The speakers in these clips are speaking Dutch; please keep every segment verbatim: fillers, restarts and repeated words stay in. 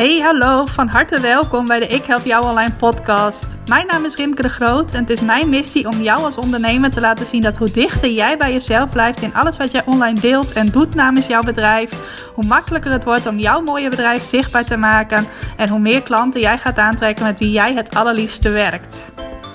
Hey, hallo, van harte welkom bij de Ik Help Jou Online podcast. Mijn naam is Rimke de Groot en het is mijn missie om jou als ondernemer te laten zien dat hoe dichter jij bij jezelf blijft in alles wat jij online deelt en doet namens jouw bedrijf, hoe makkelijker het wordt om jouw mooie bedrijf zichtbaar te maken en hoe meer klanten jij gaat aantrekken met wie jij het allerliefste werkt.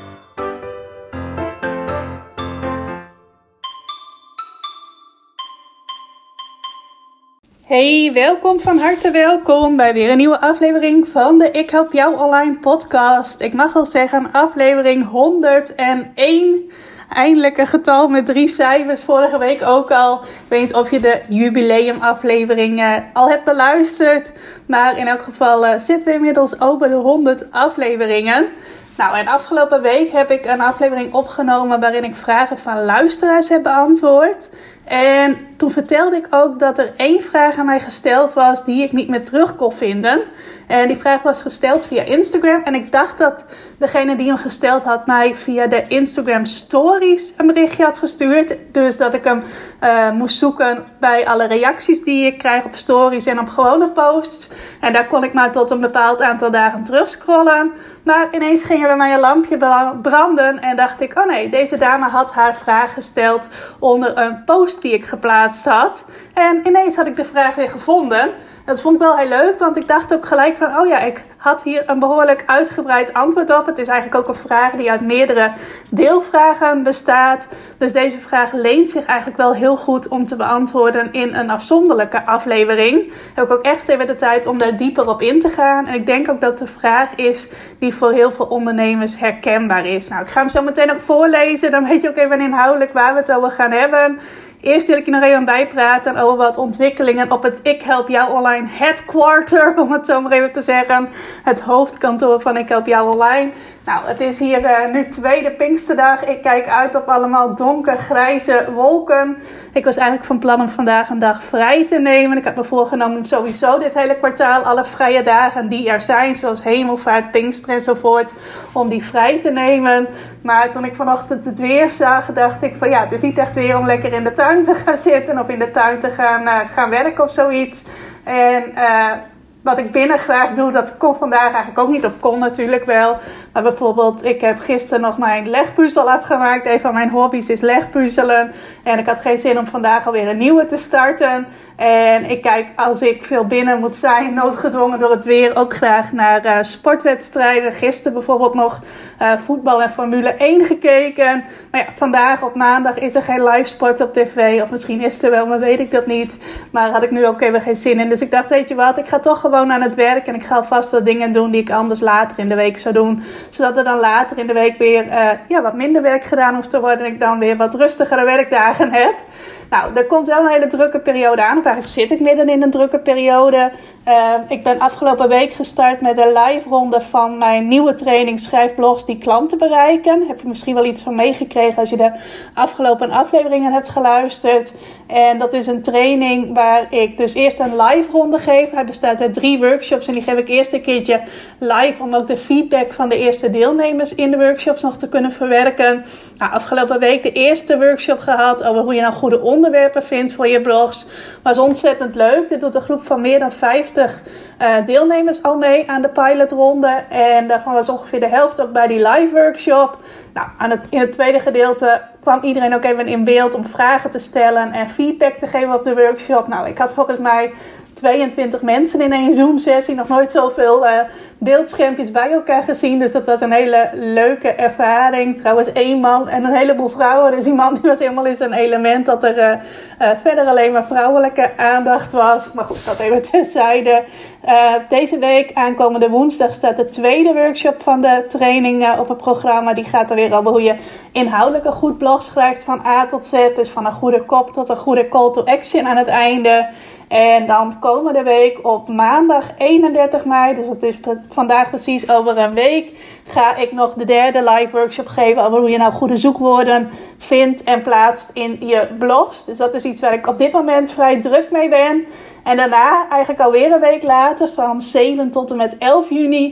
Hey, welkom, van harte welkom bij weer een nieuwe aflevering van de Ik Help Jou Online podcast. Ik mag wel zeggen aflevering honderdéén. Eindelijk een getal met drie cijfers, vorige week ook al. Ik weet niet of je de jubileumaflevering uh, al hebt beluisterd. Maar in elk geval uh, zitten we inmiddels over de honderd afleveringen. Nou, en afgelopen week heb ik een aflevering opgenomen waarin ik vragen van luisteraars heb beantwoord. En toen vertelde ik ook dat er één vraag aan mij gesteld was die ik niet meer terug kon vinden. En die vraag was gesteld via Instagram. En ik dacht dat degene die hem gesteld had mij via de Instagram Stories een berichtje had gestuurd. Dus dat ik hem uh, moest zoeken bij alle reacties die ik krijg op Stories en op gewone posts. En daar kon ik maar tot een bepaald aantal dagen terugscrollen. Maar ineens ging er bij mij een lampje branden en dacht ik, oh nee, deze dame had haar vraag gesteld onder een post die ik geplaatst had. En ineens had ik de vraag weer gevonden. Dat vond ik wel heel leuk, want ik dacht ook gelijk van, oh ja, ik had hier een behoorlijk uitgebreid antwoord op. Het is eigenlijk ook een vraag die uit meerdere deelvragen bestaat. Dus deze vraag leent zich eigenlijk wel heel goed om te beantwoorden in een afzonderlijke aflevering. Heb ik ook echt even de tijd om daar dieper op in te gaan. En ik denk ook dat de vraag is die voor heel veel ondernemers herkenbaar is. Nou, ik ga hem zo meteen ook voorlezen, dan weet je ook even inhoudelijk waar we het over gaan hebben. Eerst wil ik je nog even bijpraten over wat ontwikkelingen op het Ik Help Jou Online headquarter, om het zo maar even te zeggen. Het hoofdkantoor van Ik Help Jou Online. Nou, het is hier uh, nu tweede Pinksterdag. Ik kijk uit op allemaal donkergrijze wolken. Ik was eigenlijk van plan om vandaag een dag vrij te nemen. Ik had me voorgenomen om sowieso dit hele kwartaal alle vrije dagen die er zijn, zoals Hemelvaart, Pinkster enzovoort, om die vrij te nemen. Maar toen ik vanochtend het weer zag, dacht ik van ja, het is niet echt weer om lekker in de tuin te gaan zitten of in de tuin te gaan, uh, gaan werken of zoiets. En uh, wat ik binnen graag doe, dat kon vandaag eigenlijk ook niet, of kon natuurlijk wel. Maar bijvoorbeeld, ik heb gisteren nog mijn legpuzzel afgemaakt. Een van mijn hobby's is legpuzzelen. En ik had geen zin om vandaag alweer een nieuwe te starten. En ik kijk, als ik veel binnen moet zijn, noodgedwongen door het weer, ook graag naar uh, sportwedstrijden. Gisteren bijvoorbeeld nog uh, voetbal en Formule één gekeken. Maar ja, vandaag op maandag is er geen live sport op tv. Of misschien is er wel, maar weet ik dat niet. Maar had ik nu ook even geen zin in. Dus ik dacht, weet je wat, ik ga toch gewoon aan het werk. En ik ga alvast wat dingen doen die ik anders later in de week zou doen. Zodat er dan later in de week weer uh, ja, wat minder werk gedaan hoeft te worden. En ik dan weer wat rustigere werkdagen heb. Nou, er komt wel een hele drukke periode aan. Of eigenlijk zit ik midden in een drukke periode. Uh, ik ben afgelopen week gestart met een live ronde van mijn nieuwe training Schrijfblogs die klanten bereiken. Heb je misschien wel iets van meegekregen als je de afgelopen afleveringen hebt geluisterd. En dat is een training waar ik dus eerst een live ronde geef. Hij bestaat uit drie workshops en die geef ik eerst een keertje live om ook de feedback van de eerste deelnemers in de workshops nog te kunnen verwerken. Nou, afgelopen week de eerste workshop gehad over hoe je nou goede onderwerpen vindt voor je blogs. Was ontzettend leuk. Dit doet een groep van meer dan vijftig uh, deelnemers al mee aan de pilotronde. En daarvan was ongeveer de helft ook bij die live workshop. Nou, aan het, in het tweede gedeelte kwam iedereen ook even in beeld om vragen te stellen en feedback te geven op de workshop. Nou, ik had volgens mij tweeëntwintig mensen in één Zoom-sessie. Nog nooit zoveel uh, beeldschermpjes bij elkaar gezien. Dus dat was een hele leuke ervaring. Trouwens één man en een heleboel vrouwen. Dus die man die was helemaal in zijn element. Dat er uh, uh, verder alleen maar vrouwelijke aandacht was. Maar goed, dat even terzijde. Uh, deze week, aankomende woensdag, staat de tweede workshop van de training uh, op het programma. Die gaat er weer over hoe je inhoudelijk een goed blog schrijft van A tot Z. Dus van een goede kop tot een goede call to action aan het einde. En dan komende week op maandag eenendertig mei, dus dat is vandaag precies over een week, ga ik nog de derde live workshop geven over hoe je nou goede zoekwoorden vindt en plaatst in je blogs. Dus dat is iets waar ik op dit moment vrij druk mee ben. En daarna, eigenlijk alweer een week later, van zeven tot en met elf juni,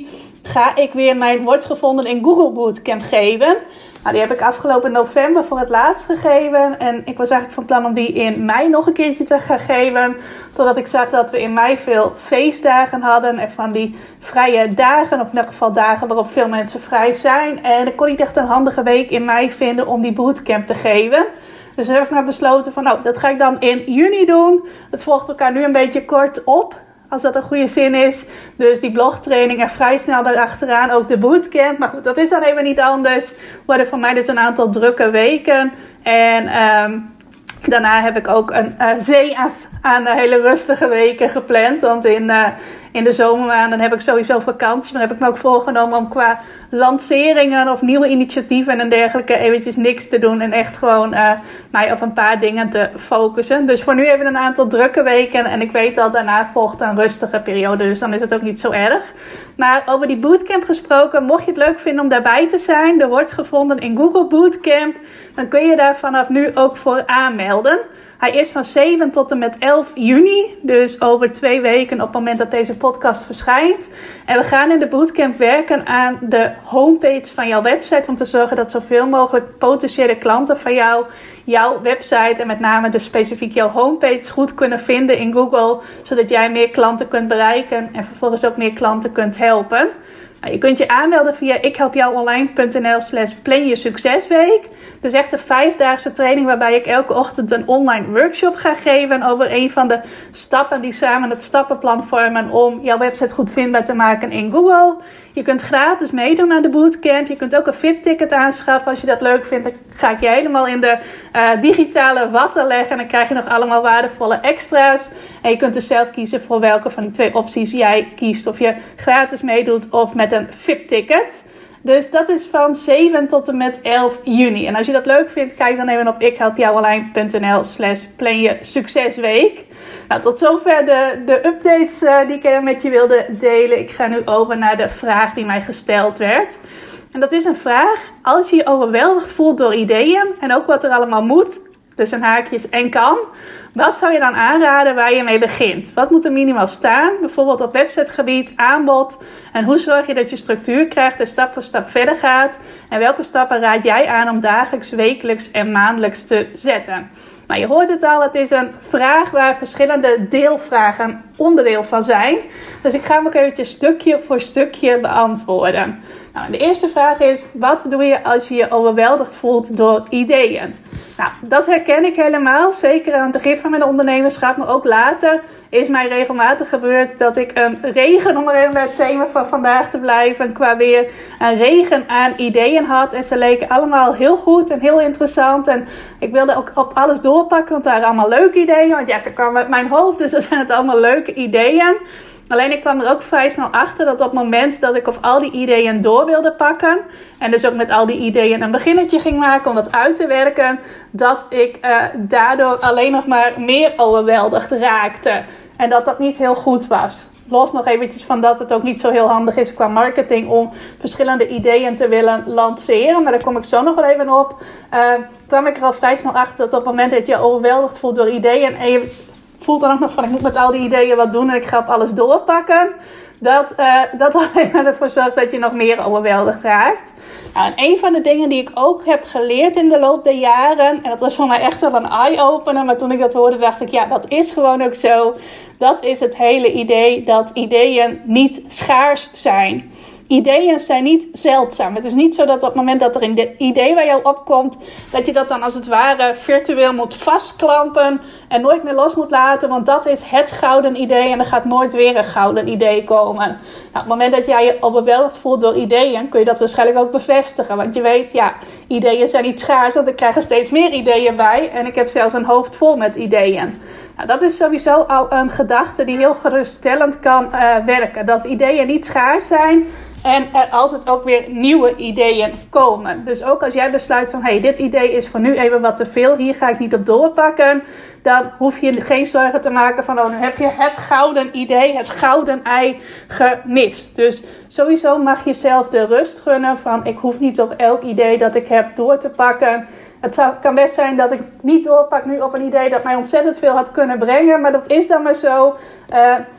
ga ik weer mijn Word Gevonden in Google Bootcamp geven. Nou, die heb ik afgelopen november voor het laatst gegeven. En ik was eigenlijk van plan om die in mei nog een keertje te gaan geven. Totdat ik zag dat we in mei veel feestdagen hadden. En van die vrije dagen, of in elk geval dagen waarop veel mensen vrij zijn. En ik kon niet echt een handige week in mei vinden om die bootcamp te geven. Dus heb ik maar besloten van, nou, dat ga ik dan in juni doen. Het volgt elkaar nu een beetje kort op. Als dat een goede zin is. Dus die blogtraining en vrij snel daarachteraan ook de bootcamp. Maar goed, dat is dan even niet anders. Worden voor mij dus een aantal drukke weken. En um, daarna heb ik ook een uh, zee aan, aan uh, hele rustige weken gepland. Want in, uh, in de zomermaanden heb ik sowieso vakantie. Maar heb ik me ook voorgenomen om qua lanceringen of nieuwe initiatieven en dergelijke eventjes niks te doen. En echt gewoon uh, mij op een paar dingen te focussen. Dus voor nu even een aantal drukke weken. En ik weet al, daarna volgt een rustige periode. Dus dan is het ook niet zo erg. Maar over die bootcamp gesproken. Mocht je het leuk vinden om daarbij te zijn. Er wordt gevonden in Google Bootcamp. Dan kun je daar vanaf nu ook voor aanmelden. Hij is van zeven tot en met elf juni. Dus over twee weken op het moment dat deze podcast verschijnt. En we gaan in de bootcamp werken aan de homepage van jouw website. Om te zorgen dat zoveel mogelijk potentiële klanten van jou jouw website en met name dus specifiek jouw homepage goed kunnen vinden in Google. Zodat jij meer klanten kunt bereiken en vervolgens ook meer klanten kunt helpen. Nou, je kunt je aanmelden via ikhelpjouonline.nl slash plan je succesweek. Dat is echt een vijfdaagse training waarbij ik elke ochtend een online workshop ga geven over een van de stappen die samen het stappenplan vormen om jouw website goed vindbaar te maken in Google. Je kunt gratis meedoen aan de bootcamp. Je kunt ook een V I P-ticket aanschaffen als je dat leuk vindt. Dan ga ik je helemaal in de uh, digitale watten leggen. En dan krijg je nog allemaal waardevolle extra's. En je kunt dus zelf kiezen voor welke van die twee opties jij kiest. Of je gratis meedoet of met een V I P-ticket. Dus dat is van zeven tot en met elf juni. En als je dat leuk vindt, kijk dan even op ikhelpjouonline.nl slash plan je succesweek. Nou, tot zover de, de updates uh, die ik even met je wilde delen. Ik ga nu over naar de vraag die mij gesteld werd. En dat is een vraag. Als je je overweldigd voelt door ideeën en ook wat er allemaal moet, dus een haakjes en kan, wat zou je dan aanraden waar je mee begint? Wat moet er minimaal staan? Bijvoorbeeld op websitegebied, aanbod. En hoe zorg je dat je structuur krijgt en stap voor stap verder gaat? En welke stappen raad jij aan om dagelijks, wekelijks en maandelijks te zetten? Nou, je hoort het al, het is een vraag waar verschillende deelvragen onderdeel van zijn. Dus ik ga hem ook eventjes stukje voor stukje beantwoorden. Nou, de eerste vraag is, wat doe je als je je overweldigd voelt door ideeën? Nou, dat herken ik helemaal. Zeker aan het begin van mijn ondernemerschap, maar ook later is mij regelmatig gebeurd dat ik een regen, om maar even bij het thema van vandaag te blijven, qua weer een regen aan ideeën had. En ze leken allemaal heel goed en heel interessant. En ik wilde ook op alles doorpakken, want daar waren allemaal leuke ideeën. Want ja, ze kwamen uit mijn hoofd, dus dan zijn het allemaal leuke ideeën. Alleen ik kwam er ook vrij snel achter dat op het moment dat ik op al die ideeën door wilde pakken, en dus ook met al die ideeën een beginnetje ging maken om dat uit te werken, dat ik uh, daardoor alleen nog maar meer overweldigd raakte. En dat dat niet heel goed was. Los nog eventjes van dat het ook niet zo heel handig is qua marketing om verschillende ideeën te willen lanceren. Maar daar kom ik zo nog wel even op. Uh, kwam ik er al vrij snel achter dat op het moment dat je overweldigd voelt door ideeën en je voelt dan ook nog van ik moet met al die ideeën wat doen en ik ga op alles doorpakken. Dat, uh, dat alleen maar ervoor zorgt dat je nog meer overweldigd raakt. Nou, en een van de dingen die ik ook heb geleerd in de loop der jaren, en dat was voor mij echt wel een eye-opener, maar toen ik dat hoorde dacht ik, ja, dat is gewoon ook zo. Dat is het hele idee dat ideeën niet schaars zijn. Ideeën zijn niet zeldzaam. Het is niet zo dat op het moment dat er een idee bij jou opkomt, dat je dat dan als het ware virtueel moet vastklampen en nooit meer los moet laten, want dat is het gouden idee en er gaat nooit weer een gouden idee komen. Nou, op het moment dat jij je overweldigd voelt door ideeën, kun je dat waarschijnlijk ook bevestigen, want je weet, ja, ideeën zijn niet schaars, want ik krijg er steeds meer ideeën bij en ik heb zelfs een hoofd vol met ideeën. Nou, dat is sowieso al een gedachte die heel geruststellend kan uh, werken, dat ideeën niet schaars zijn. En er altijd ook weer nieuwe ideeën komen. Dus ook als jij besluit van, hey, dit idee is voor nu even wat te veel. Hier ga ik niet op doorpakken. Dan hoef je geen zorgen te maken van, oh, nu heb je het gouden idee, het gouden ei gemist. Dus sowieso mag je zelf de rust gunnen van, ik hoef niet op elk idee dat ik heb door te pakken. Het kan best zijn dat ik niet doorpak nu op een idee dat mij ontzettend veel had kunnen brengen. Maar dat is dan maar zo. Uh,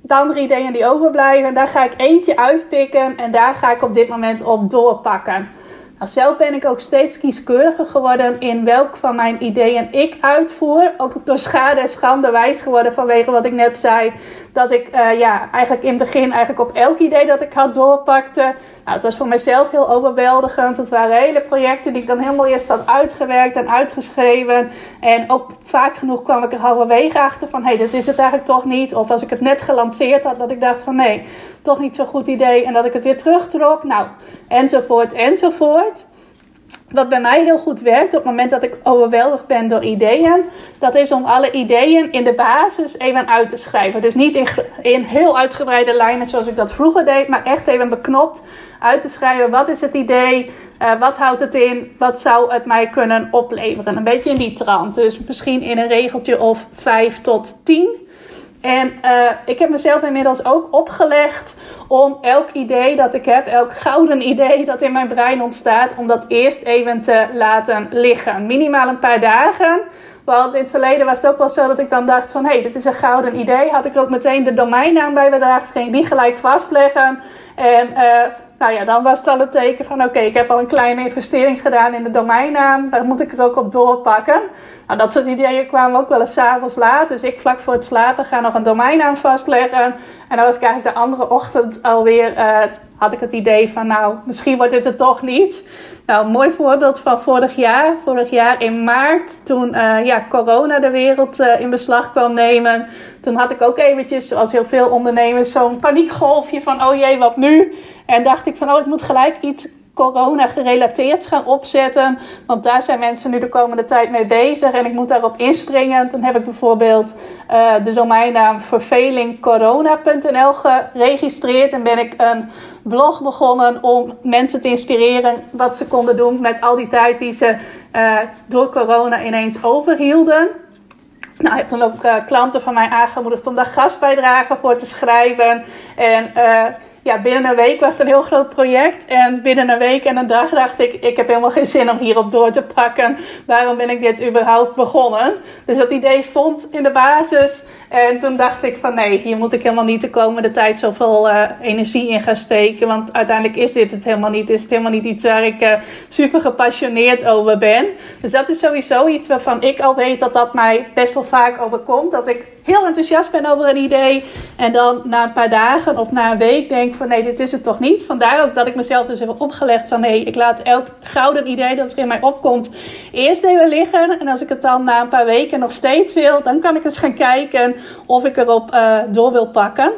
de andere ideeën die overblijven, daar ga ik eentje uitpikken en daar ga ik op dit moment op doorpakken. Nou, zelf ben ik ook steeds kieskeuriger geworden in welk van mijn ideeën ik uitvoer. Ook door schade en schande wijs geworden vanwege wat ik net zei. Dat ik uh, ja, eigenlijk in het begin eigenlijk op elk idee dat ik had doorpakte. Nou, het was voor mezelf heel overweldigend. Het waren hele projecten die ik dan helemaal eerst had uitgewerkt en uitgeschreven. En ook vaak genoeg kwam ik er halverwege achter van, hé, hey, dit is het eigenlijk toch niet. Of als ik het net gelanceerd had, dat ik dacht van, nee, toch niet zo'n goed idee. En dat ik het weer terugtrok. Nou, enzovoort, enzovoort. Wat bij mij heel goed werkt op het moment dat ik overweldigd ben door ideeën, dat is om alle ideeën in de basis even uit te schrijven. Dus niet in, in heel uitgebreide lijnen zoals ik dat vroeger deed, maar echt even beknopt uit te schrijven. Wat is het idee? Uh, wat houdt het in? Wat zou het mij kunnen opleveren? Een beetje in die trant. Dus misschien in een regeltje of vijf tot tien. En uh, ik heb mezelf inmiddels ook opgelegd om elk idee dat ik heb, elk gouden idee dat in mijn brein ontstaat, om dat eerst even te laten liggen. Minimaal een paar dagen. Want in het verleden was het ook wel zo dat ik dan dacht van, hé, hey, dit is een gouden idee. Had ik ook meteen de domeinnaam bij bedacht, ging die gelijk vastleggen. En uh, nou ja, dan was het al een teken van, oké, okay, ik heb al een kleine investering gedaan in de domeinnaam. Daar moet ik er ook op doorpakken. Nou, dat soort ideeën kwamen ook wel eens 's avonds laat. Dus ik vlak voor het slapen ga nog een domeinnaam vastleggen. En dan was ik eigenlijk de andere ochtend alweer, uh, had ik het idee van, nou, misschien wordt dit het toch niet. Nou, een mooi voorbeeld van vorig jaar. Vorig jaar in maart, toen uh, ja, corona de wereld uh, in beslag kwam nemen. Toen had ik ook eventjes, zoals heel veel ondernemers, zo'n paniekgolfje van, oh jee, wat nu? En dacht ik van, oh, ik moet gelijk iets corona gerelateerd gaan opzetten. Want daar zijn mensen nu de komende tijd mee bezig. En ik moet daarop inspringen. Toen heb ik bijvoorbeeld uh, de domeinnaam verveling corona punt n l geregistreerd. En ben ik een blog begonnen om mensen te inspireren wat ze konden doen met al die tijd die ze uh, door corona ineens overhielden. Nou, ik heb dan ook uh, klanten van mij aangemoedigd om daar gastbijdragen voor te schrijven. En uh, ja, binnen een week was het een heel groot project. En binnen een week en een dag dacht ik, ik heb helemaal geen zin om hierop door te pakken. Waarom ben ik dit überhaupt begonnen? Dus dat idee stond in de basis. En toen dacht ik van nee, hier moet ik helemaal niet de komende tijd zoveel uh, energie in gaan steken. Want uiteindelijk is dit het helemaal niet. Is het helemaal niet iets waar ik uh, super gepassioneerd over ben. Dus dat is sowieso iets waarvan ik al weet dat dat mij best wel vaak overkomt. Dat ik heel enthousiast ben over een idee. En dan na een paar dagen of na een week denk van nee, dit is het toch niet. Vandaar ook dat ik mezelf dus heb opgelegd van nee, ik laat elk gouden idee dat er in mij opkomt eerst even liggen. En als ik het dan na een paar weken nog steeds wil, dan kan ik eens gaan kijken of ik erop uh, door wil pakken.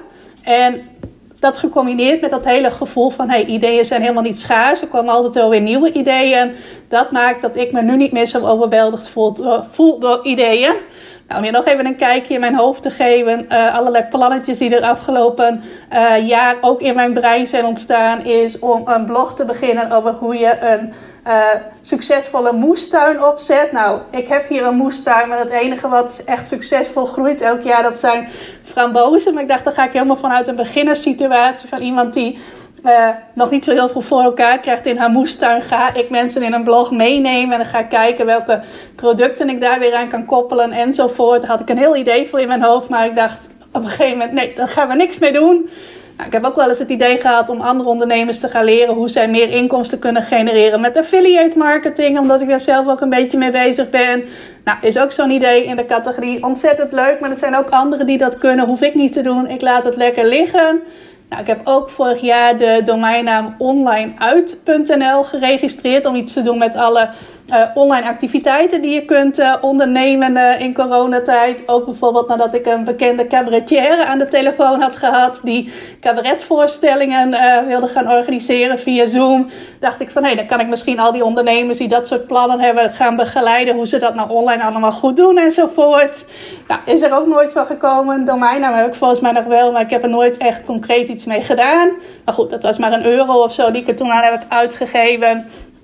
En dat gecombineerd met dat hele gevoel van hey, ideeën zijn helemaal niet schaars. Er komen altijd wel weer nieuwe ideeën. Dat maakt dat ik me nu niet meer zo overweldigd voel, uh, voel door ideeën. Nou, om je nog even een kijkje in mijn hoofd te geven. Uh, allerlei plannetjes die er afgelopen uh, jaar ook in mijn brein zijn ontstaan. Is om een blog te beginnen over hoe je een uh, succesvolle moestuin opzet. Nou, ik heb hier een moestuin. Maar het enige wat echt succesvol groeit elk jaar, dat zijn frambozen. Maar ik dacht, dan ga ik helemaal vanuit een beginnerssituatie van iemand die Uh, nog niet zo heel veel voor elkaar krijgt in haar moestuin, ga ik mensen in een blog meenemen en dan ga ik kijken welke producten ik daar weer aan kan koppelen enzovoort. Daar had ik een heel idee voor in mijn hoofd, maar ik dacht op een gegeven moment, nee, daar gaan we niks mee doen. Nou, ik heb ook wel eens het idee gehad om andere ondernemers te gaan leren hoe zij meer inkomsten kunnen genereren met affiliate marketing, omdat ik daar zelf ook een beetje mee bezig ben. Nou, is ook zo'n idee in de categorie ontzettend leuk, maar er zijn ook anderen die dat kunnen, hoef ik niet te doen. Ik laat het lekker liggen. Nou, ik heb ook vorig jaar de domeinnaam onlineuit punt n l geregistreerd om iets te doen met alle uh, online activiteiten die je kunt uh, ondernemen uh, in coronatijd. Ook bijvoorbeeld nadat ik een bekende cabaretière aan de telefoon had gehad die cabaretvoorstellingen uh, wilde gaan organiseren via Zoom. Dacht ik van hé, hey, dan kan ik misschien al die ondernemers die dat soort plannen hebben gaan begeleiden hoe ze dat nou online allemaal goed doen enzovoort. Nou, is er ook nooit van gekomen. Domeinnaam heb ik volgens mij nog wel, maar ik heb er nooit echt concreet iets mee gedaan. Maar goed, dat was maar een euro of zo die ik er toen aan heb uitgegeven.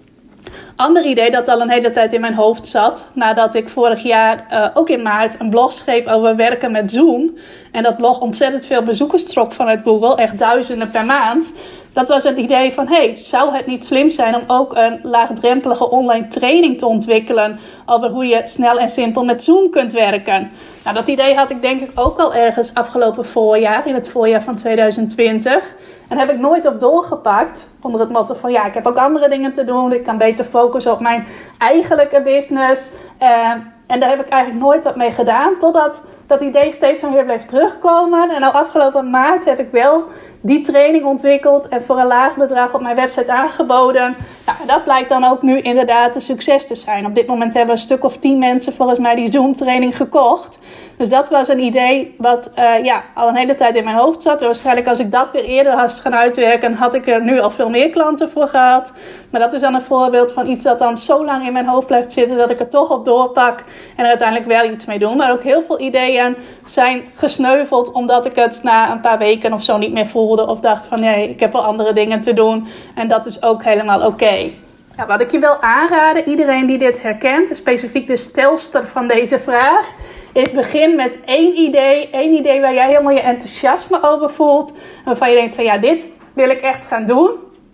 Ander idee dat al een hele tijd in mijn hoofd zat, nadat ik vorig jaar uh, ook in maart een blog schreef over werken met Zoom. En dat blog ontzettend veel bezoekers trok vanuit Google, echt duizenden per maand. dat was het idee van, hey, zou het niet slim zijn om ook een laagdrempelige online training te ontwikkelen over hoe je snel en simpel met Zoom kunt werken. Nou, dat idee had ik denk ik ook al ergens afgelopen voorjaar, in het voorjaar van twintig twintig. En heb ik nooit op doorgepakt, onder het motto van, ja, ik heb ook andere dingen te doen. Ik kan beter focussen op mijn eigenlijke business. Uh, en daar heb ik eigenlijk nooit wat mee gedaan, totdat dat idee steeds van weer bleef terugkomen. En nou afgelopen maart heb ik wel die training ontwikkeld en voor een laag bedrag op mijn website aangeboden. Nou, en dat blijkt dan ook nu inderdaad een succes te zijn. Op dit moment hebben een stuk of tien mensen volgens mij die Zoom training gekocht. Dus dat was een idee wat uh, ja, al een hele tijd in mijn hoofd zat. En waarschijnlijk als ik dat weer eerder was gaan uitwerken, had ik er nu al veel meer klanten voor gehad. Maar dat is dan een voorbeeld van iets dat dan zo lang in mijn hoofd blijft zitten dat ik er toch op doorpak en er uiteindelijk wel iets mee doe. Maar ook heel veel ideeën zijn gesneuveld omdat ik het na een paar weken of zo niet meer voelde. Of dacht van nee, ik heb wel andere dingen te doen. En dat is ook helemaal oké. Okay. Nou, wat ik je wil aanraden, iedereen die dit herkent, specifiek de stelster van deze vraag, is begin met één idee. één idee waar jij helemaal je enthousiasme over voelt. Waarvan je denkt van ja, dit wil ik echt gaan doen.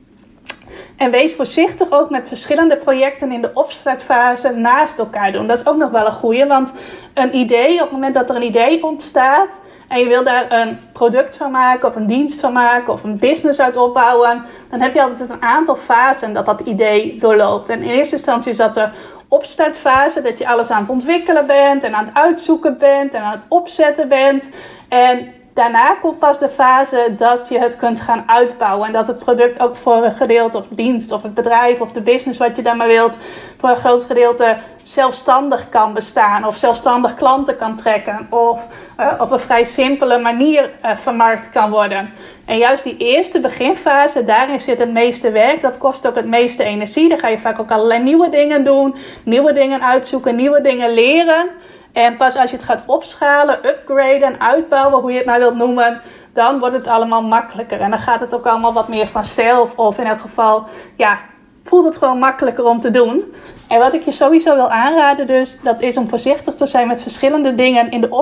En wees voorzichtig ook met verschillende projecten in de opstartfase naast elkaar doen. Dat is ook nog wel een goeie, want een idee, op het moment dat er een idee ontstaat en je wil daar een product van maken of een dienst van maken of een business uit opbouwen, dan heb je altijd een aantal fasen dat dat idee doorloopt. En in eerste instantie is dat de opstartfase, dat je alles aan het ontwikkelen bent en aan het uitzoeken bent en aan het opzetten bent. En daarna komt pas de fase dat je het kunt gaan uitbouwen. En dat het product ook voor een gedeelte, of dienst, of het bedrijf, of de business wat je daarmee wilt, voor een groot gedeelte zelfstandig kan bestaan. Of zelfstandig klanten kan trekken. Of uh, op een vrij simpele manier uh, vermarkt kan worden. En juist die eerste beginfase, daarin zit het meeste werk. Dat kost ook het meeste energie. Dan ga je vaak ook allerlei nieuwe dingen doen. Nieuwe dingen uitzoeken, nieuwe dingen leren. En pas als je het gaat opschalen, upgraden, uitbouwen, hoe je het maar wilt noemen, dan wordt het allemaal makkelijker. En dan gaat het ook allemaal wat meer vanzelf. Of in elk geval, ja, voelt het gewoon makkelijker om te doen. En wat ik je sowieso wil aanraden dus, dat is om voorzichtig te zijn met verschillende dingen in de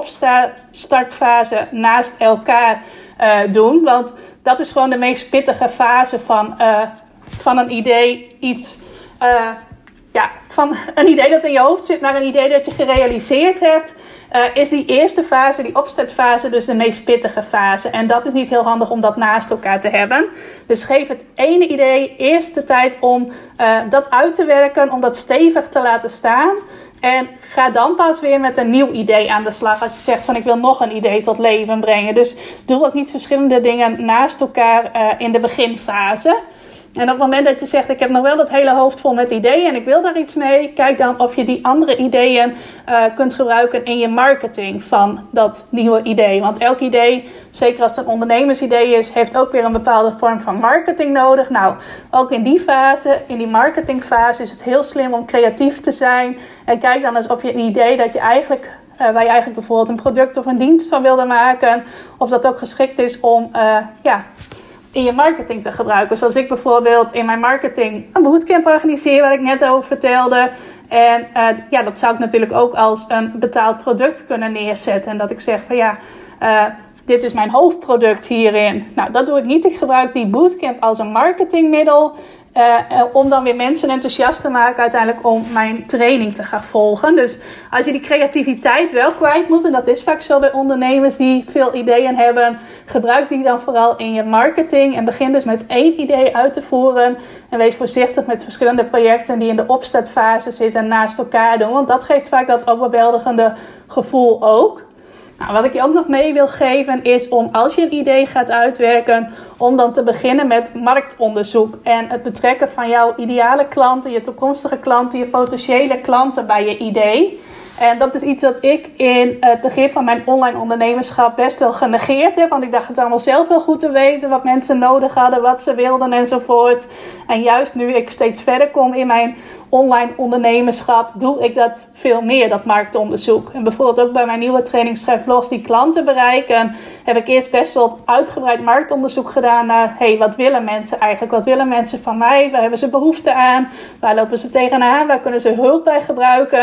opstartfase naast elkaar uh, doen. Want dat is gewoon de meest pittige fase van, uh, van een idee, iets... Uh, Ja, van een idee dat in je hoofd zit naar een idee dat je gerealiseerd hebt, uh, is die eerste fase, die opstartfase, dus de meest pittige fase. En dat is niet heel handig om dat naast elkaar te hebben. Dus geef het ene idee eerst de tijd om uh, dat uit te werken, om dat stevig te laten staan. En ga dan pas weer met een nieuw idee aan de slag als je zegt van ik wil nog een idee tot leven brengen. Dus doe ook niet verschillende dingen naast elkaar uh, in de beginfase. En op het moment dat je zegt, ik heb nog wel dat hele hoofd vol met ideeën en ik wil daar iets mee, kijk dan of je die andere ideeën uh, kunt gebruiken in je marketing van dat nieuwe idee. Want elk idee, zeker als het een ondernemersidee is, heeft ook weer een bepaalde vorm van marketing nodig. Nou, ook in die fase, in die marketingfase, is het heel slim om creatief te zijn. En kijk dan eens of je een idee dat je eigenlijk... Uh, waar je eigenlijk bijvoorbeeld een product of een dienst van wilde maken, of dat ook geschikt is om... Uh, ja, in je marketing te gebruiken. Zoals ik bijvoorbeeld in mijn marketing een bootcamp organiseer, waar ik net over vertelde. En uh, ja, dat zou ik natuurlijk ook als een betaald product kunnen neerzetten. En dat ik zeg van ja, uh, dit is mijn hoofdproduct hierin. Nou, dat doe ik niet. Ik gebruik die bootcamp als een marketingmiddel. Uh, uh, om dan weer mensen enthousiast te maken uiteindelijk om mijn training te gaan volgen. Dus als je die creativiteit wel kwijt moet, en dat is vaak zo bij ondernemers die veel ideeën hebben, gebruik die dan vooral in je marketing en begin dus met één idee uit te voeren en wees voorzichtig met verschillende projecten die in de opstartfase zitten naast elkaar doen, want dat geeft vaak dat overweldigende gevoel ook. Nou, wat ik je ook nog mee wil geven is om, als je een idee gaat uitwerken, om dan te beginnen met marktonderzoek en het betrekken van jouw ideale klanten, je toekomstige klanten, je potentiële klanten bij je idee. En dat is iets wat ik in het begin van mijn online ondernemerschap best wel genegeerd heb. Want ik dacht het allemaal zelf wel goed te weten. Wat mensen nodig hadden, wat ze wilden enzovoort. En juist nu ik steeds verder kom in mijn online ondernemerschap, doe ik dat veel meer, dat marktonderzoek. En bijvoorbeeld ook bij mijn nieuwe training Schrijf Los die klanten bereiken, heb ik eerst best wel uitgebreid marktonderzoek gedaan naar, hé, hey, wat willen mensen eigenlijk? Wat willen mensen van mij? Waar hebben ze behoefte aan? Waar lopen ze tegenaan? Waar kunnen ze hulp bij gebruiken?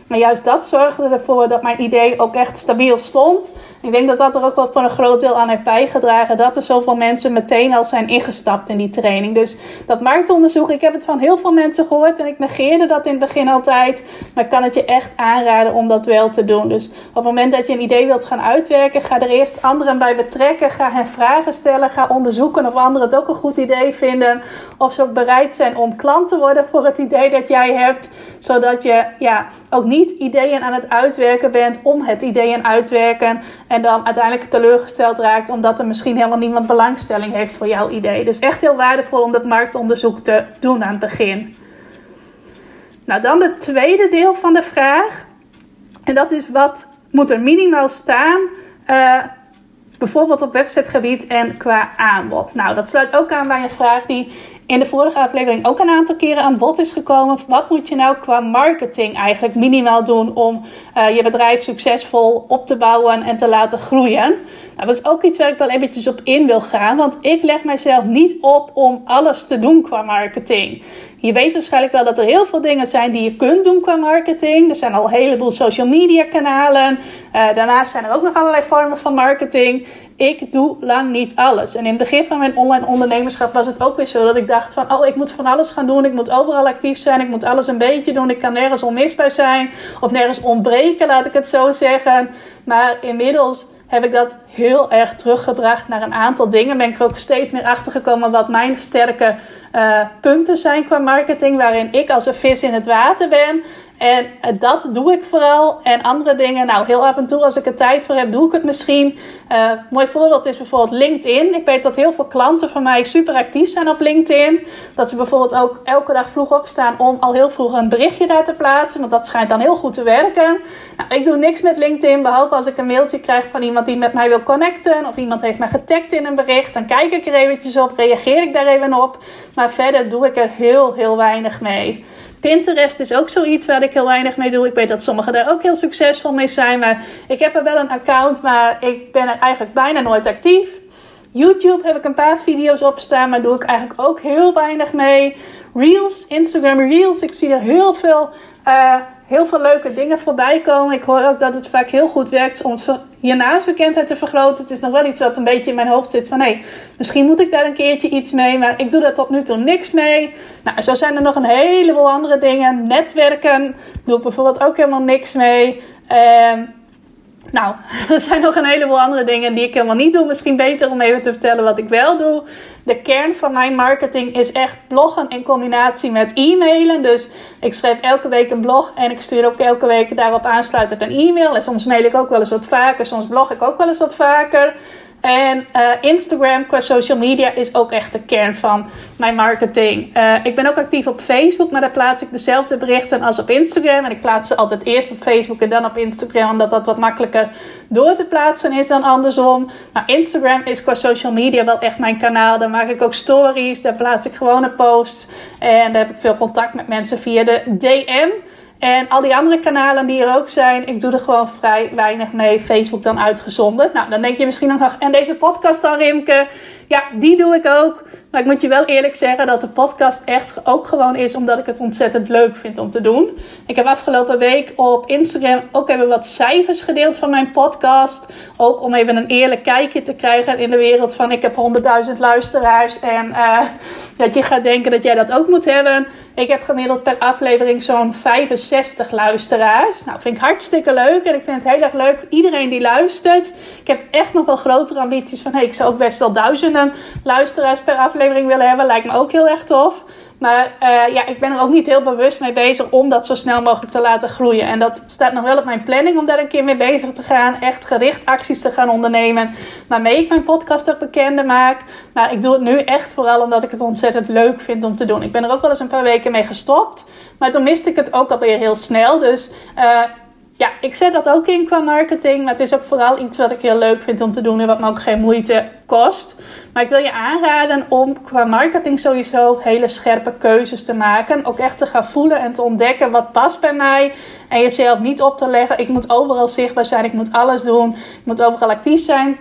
Maar juist dat zorgde ervoor dat mijn idee ook echt stabiel stond. Ik denk dat dat er ook wel voor een groot deel aan heeft bijgedragen. Dat er zoveel mensen meteen al zijn ingestapt in die training. Dus dat marktonderzoek, ik heb het van heel veel mensen gehoord. En ik negeerde dat in het begin altijd. Maar ik kan het je echt aanraden om dat wel te doen. Dus op het moment dat je een idee wilt gaan uitwerken, ga er eerst anderen bij betrekken. Ga hen vragen stellen. Ga onderzoeken of anderen het ook een goed idee vinden. Of ze ook bereid zijn om klant te worden voor het idee dat jij hebt. Zodat je ja, ook niet ideeën aan het uitwerken bent om het ideeën uitwerken. En dan uiteindelijk teleurgesteld raakt omdat er misschien helemaal niemand belangstelling heeft voor jouw idee. Dus echt heel waardevol om dat marktonderzoek te doen aan het begin. Nou, dan het tweede deel van de vraag. En dat is, wat moet er minimaal staan? Uh, bijvoorbeeld op websitegebied en qua aanbod. Nou, dat sluit ook aan bij een vraag die in de vorige aflevering ook een aantal keren aan bod is gekomen. Wat moet je nou qua marketing eigenlijk minimaal doen om uh, je bedrijf succesvol op te bouwen en te laten groeien? Nou, dat is ook iets waar ik wel eventjes op in wil gaan. Want ik leg mijzelf niet op om alles te doen qua marketing. Je weet waarschijnlijk wel dat er heel veel dingen zijn die je kunt doen qua marketing. Er zijn al een heleboel social media kanalen. Uh, daarnaast zijn er ook nog allerlei vormen van marketing. Ik doe lang niet alles. En in het begin van mijn online ondernemerschap was het ook weer zo dat ik dacht van, oh, ik moet van alles gaan doen. Ik moet overal actief zijn. Ik moet alles een beetje doen. Ik kan nergens onmisbaar zijn. Of nergens ontbreken, laat ik het zo zeggen. Maar inmiddels heb ik dat heel erg teruggebracht naar een aantal dingen. Ben ik er ook steeds meer achter gekomen wat mijn sterke uh, punten zijn qua marketing. Waarin ik als een vis in het water ben. En uh, dat doe ik vooral. En andere dingen, nou heel af en toe als ik er tijd voor heb, doe ik het misschien. Uh, een mooi voorbeeld is bijvoorbeeld LinkedIn. Ik weet dat heel veel klanten van mij super actief zijn op LinkedIn. Dat ze bijvoorbeeld ook elke dag vroeg opstaan om al heel vroeg een berichtje daar te plaatsen. Want dat schijnt dan heel goed te werken. Nou, ik doe niks met LinkedIn, behalve als ik een mailtje krijg van iemand die met mij wil connecten. Of iemand heeft me getagd in een bericht. Dan kijk ik er eventjes op, reageer ik daar even op. Maar verder doe ik er heel, heel weinig mee. Pinterest is ook zoiets waar ik heel weinig mee doe. Ik weet dat sommigen daar ook heel succesvol mee zijn. Maar ik heb er wel een account, maar ik ben er eigenlijk bijna nooit actief. YouTube heb ik een paar video's op staan, maar doe ik eigenlijk ook heel weinig mee. Reels, Instagram Reels. Ik zie er heel veel, uh, heel veel leuke dingen voorbij komen. Ik hoor ook dat het vaak heel goed werkt om je naamsbekendheid te vergroten. Het is nog wel iets wat een beetje in mijn hoofd zit van, hé, hey, misschien moet ik daar een keertje iets mee. Maar ik doe daar tot nu toe niks mee. Nou, zo zijn er nog een heleboel andere dingen. Netwerken doe ik bijvoorbeeld ook helemaal niks mee. Um, Nou, er zijn nog een heleboel andere dingen die ik helemaal niet doe. Misschien beter om even te vertellen wat ik wel doe. De kern van mijn marketing is echt bloggen in combinatie met e-mailen. Dus ik schrijf elke week een blog en ik stuur ook elke week daarop aansluitend een e-mail. En soms mail ik ook wel eens wat vaker, soms blog ik ook wel eens wat vaker. En uh, Instagram qua social media is ook echt de kern van mijn marketing. Uh, ik ben ook actief op Facebook, maar daar plaats ik dezelfde berichten als op Instagram. En ik plaats ze altijd eerst op Facebook en dan op Instagram, omdat dat wat makkelijker door te plaatsen is dan andersom. Maar Instagram is qua social media wel echt mijn kanaal. Daar maak ik ook stories, daar plaats ik gewone posts. En daar heb ik veel contact met mensen via de D M. En al die andere kanalen die er ook zijn, ik doe er gewoon vrij weinig mee. Facebook dan uitgezonderd. Nou, dan denk je misschien nog, en deze podcast dan, Rimke? Ja, die doe ik ook. Maar ik moet je wel eerlijk zeggen dat de podcast echt ook gewoon is omdat ik het ontzettend leuk vind om te doen. Ik heb afgelopen week op Instagram ook even wat cijfers gedeeld van mijn podcast. Ook om even een eerlijk kijkje te krijgen in de wereld van ik heb honderdduizend luisteraars. En uh, dat je gaat denken dat jij dat ook moet hebben. Ik heb gemiddeld per aflevering zo'n vijfenzestig luisteraars. Nou, vind ik hartstikke leuk. En ik vind het heel erg leuk iedereen die luistert. Ik heb echt nog wel grotere ambities van, hey, ik zou ook best wel duizenden luisteraars per aflevering willen hebben. Lijkt me ook heel erg tof. Maar uh, ja, ik ben er ook niet heel bewust mee bezig om dat zo snel mogelijk te laten groeien. En dat staat nog wel op mijn planning om daar een keer mee bezig te gaan. Echt gericht acties te gaan ondernemen. Waarmee ik mijn podcast ook bekender maak. Maar ik doe het nu echt vooral omdat ik het ontzettend leuk vind om te doen. Ik ben er ook wel eens een paar weken mee gestopt. Maar toen miste ik het ook alweer heel snel. Dus uh, ja, ik zet dat ook in qua marketing. Maar het is ook vooral iets wat ik heel leuk vind om te doen. En wat me ook geen moeite kost. Maar ik wil je aanraden om qua marketing sowieso hele scherpe keuzes te maken. Ook echt te gaan voelen en te ontdekken wat past bij mij. En jezelf niet op te leggen. Ik moet overal zichtbaar zijn. Ik moet alles doen. Ik moet overal actief zijn.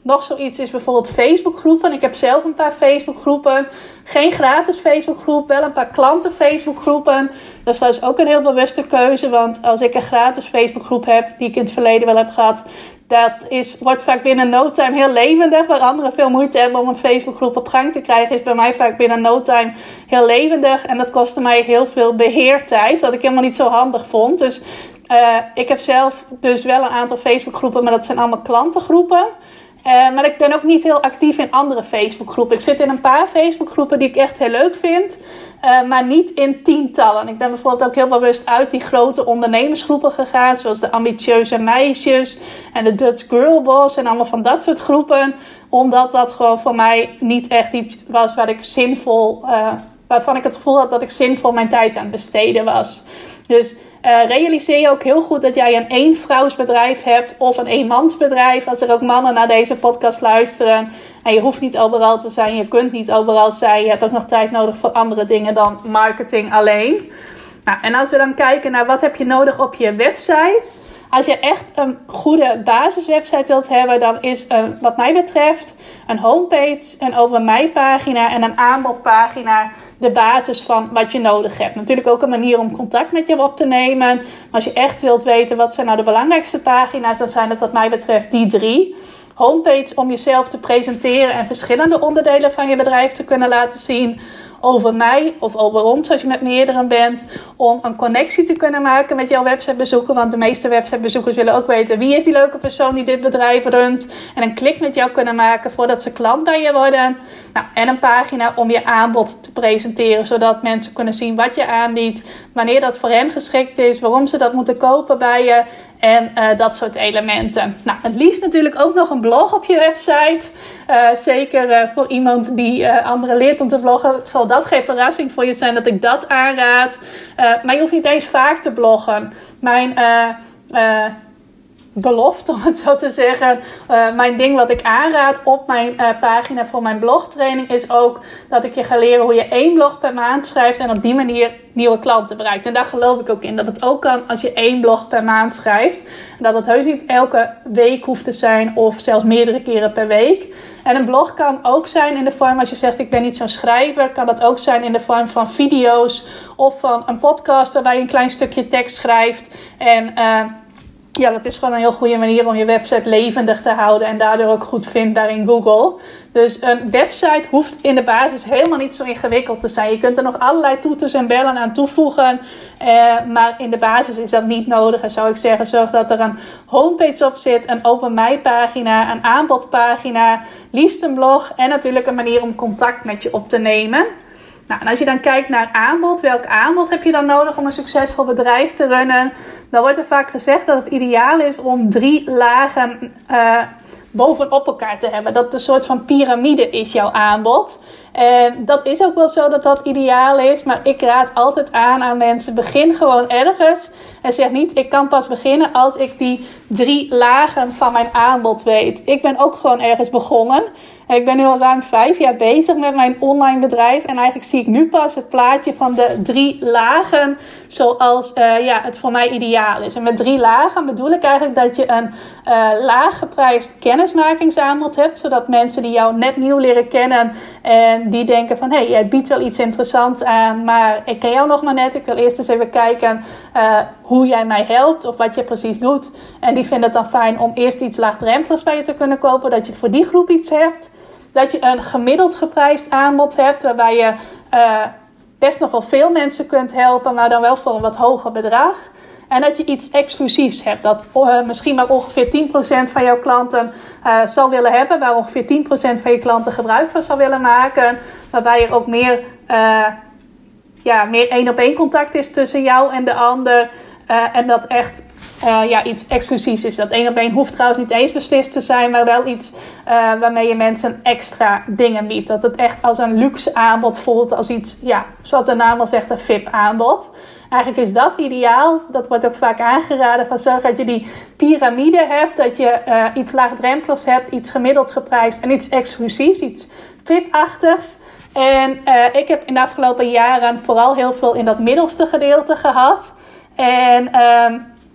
nog zoiets is bijvoorbeeld Facebookgroepen. Ik heb zelf een paar Facebookgroepen. Geen gratis Facebookgroep, wel een paar klanten Facebookgroepen. Dus dat is ook een heel bewuste keuze. Want als ik een gratis Facebookgroep heb, die ik in het verleden wel heb gehad, dat is, wordt vaak binnen no time heel levendig. Waar anderen veel moeite hebben om een Facebookgroep op gang te krijgen, is bij mij vaak binnen no time heel levendig. En dat kostte mij heel veel beheertijd, wat ik helemaal niet zo handig vond. Dus uh, ik heb zelf dus wel een aantal Facebookgroepen, maar dat zijn allemaal klantengroepen. Uh, maar ik ben ook niet heel actief in andere Facebookgroepen. Ik zit in een paar Facebookgroepen die ik echt heel leuk vind. Uh, maar niet in tientallen. Ik ben bijvoorbeeld ook heel bewust uit die grote ondernemersgroepen gegaan. Zoals de ambitieuze meisjes en de Dutch Girl Boss en allemaal van dat soort groepen. Omdat dat gewoon voor mij niet echt iets was waar ik zinvol, uh, waarvan ik het gevoel had dat ik zinvol mijn tijd aan het besteden was. Dus Uh, realiseer je ook heel goed dat jij een eenvrouwsbedrijf hebt of een eenmansbedrijf. Als er ook mannen naar deze podcast luisteren. En je hoeft niet overal te zijn, je kunt niet overal zijn. Je hebt ook nog tijd nodig voor andere dingen dan marketing alleen. Nou, en als we dan kijken naar wat heb je nodig op je website. Als je echt een goede basiswebsite wilt hebben, dan is uh, wat mij betreft een homepage, een over mij pagina en een aanbodpagina de basis van wat je nodig hebt. Natuurlijk ook een manier om contact met je op te nemen. Maar als je echt wilt weten wat zijn nou de belangrijkste pagina's, dan zijn het wat mij betreft die drie. Homepage om jezelf te presenteren en verschillende onderdelen van je bedrijf te kunnen laten zien. Over mij of over ons als je met meerdere bent. Om een connectie te kunnen maken met jouw websitebezoeker. Want de meeste websitebezoekers willen ook weten wie is die leuke persoon die dit bedrijf runt. En een klik met jou kunnen maken voordat ze klant bij je worden. Nou, en een pagina om je aanbod te presenteren. Zodat mensen kunnen zien wat je aanbiedt. Wanneer dat voor hen geschikt is. Waarom ze dat moeten kopen bij je. En uh, dat soort elementen. Nou, het liefst natuurlijk ook nog een blog op je website. Uh, zeker uh, voor iemand die uh, anderen leert om te bloggen. Zal dat geen verrassing voor je zijn dat ik dat aanraad. Uh, maar je hoeft niet eens vaak te bloggen. Mijn uh, uh, belofte, om het zo te zeggen. Uh, mijn ding wat ik aanraad op mijn uh, pagina voor mijn blogtraining is ook dat ik je ga leren hoe je één blog per maand schrijft. En op die manier nieuwe klanten bereikt. En daar geloof ik ook in. Dat het ook kan als je één blog per maand schrijft. En dat het heus niet elke week hoeft te zijn. Of zelfs meerdere keren per week. En een blog kan ook zijn in de vorm, als je zegt ik ben niet zo'n schrijver. Kan dat ook zijn in de vorm van video's. Of van een podcast waarbij je een klein stukje tekst schrijft. En uh, ja, dat is gewoon een heel goede manier om je website levendig te houden. En daardoor ook goed vindbaar in Google. Dus een website hoeft in de basis helemaal niet zo ingewikkeld te zijn. Je kunt er nog allerlei toeters en bellen aan toevoegen. Uh, maar in de basis is dat niet nodig. En zou ik zeggen, zorg dat er een homepage op zit. Een over mij pagina, een aanbodpagina. Liefst een blog. En natuurlijk een manier om contact met je op te nemen. Nou, en als je dan kijkt naar aanbod, welk aanbod heb je dan nodig om een succesvol bedrijf te runnen? Dan wordt er vaak gezegd dat het ideaal is om drie lagen uh, bovenop elkaar te hebben. Dat het een soort van piramide is, jouw aanbod. En dat is ook wel zo dat dat ideaal is. Maar ik raad altijd aan aan mensen, begin gewoon ergens. En zeg niet, ik kan pas beginnen als ik die drie lagen van mijn aanbod weet. Ik ben ook gewoon ergens begonnen. En ik ben nu al ruim vijf jaar bezig met mijn online bedrijf. En eigenlijk zie ik nu pas het plaatje van de drie lagen zoals uh, ja, het voor mij ideaal is. En met drie lagen bedoel ik eigenlijk dat je een uh, laag geprijsd kennismakingsaanbod hebt. Zodat mensen die jou net nieuw leren kennen en die denken van, hé, hey, jij biedt wel iets interessants aan, maar ik ken jou nog maar net. Ik wil eerst eens even kijken uh, hoe jij mij helpt of wat je precies doet. En die vinden het dan fijn om eerst iets laagdrempeligs bij je te kunnen kopen, dat je voor die groep iets hebt. Dat je een gemiddeld geprijsd aanbod hebt, waarbij je uh, best nog wel veel mensen kunt helpen, maar dan wel voor een wat hoger bedrag. En dat je iets exclusiefs hebt, dat uh, misschien maar ongeveer tien procent van jouw klanten uh, zal willen hebben, waar ongeveer tien procent van je klanten gebruik van zal willen maken. Waarbij er ook meer, uh, ja, meer één op één contact is tussen jou en de ander. Uh, en dat echt uh, ja, iets exclusiefs is. Dat één op één hoeft trouwens niet eens beslist te zijn, maar wel iets uh, waarmee je mensen extra dingen biedt. Dat het echt als een luxe aanbod voelt, als iets, ja, zoals de naam al zegt, een V I P-aanbod. Eigenlijk is dat ideaal. Dat wordt ook vaak aangeraden van zorg dat je die piramide hebt, dat je uh, iets laagdrempeligs hebt, iets gemiddeld geprijsd en iets exclusiefs, iets V I P-achtigs. En uh, ik heb in de afgelopen jaren vooral heel veel in dat middelste gedeelte gehad. En um,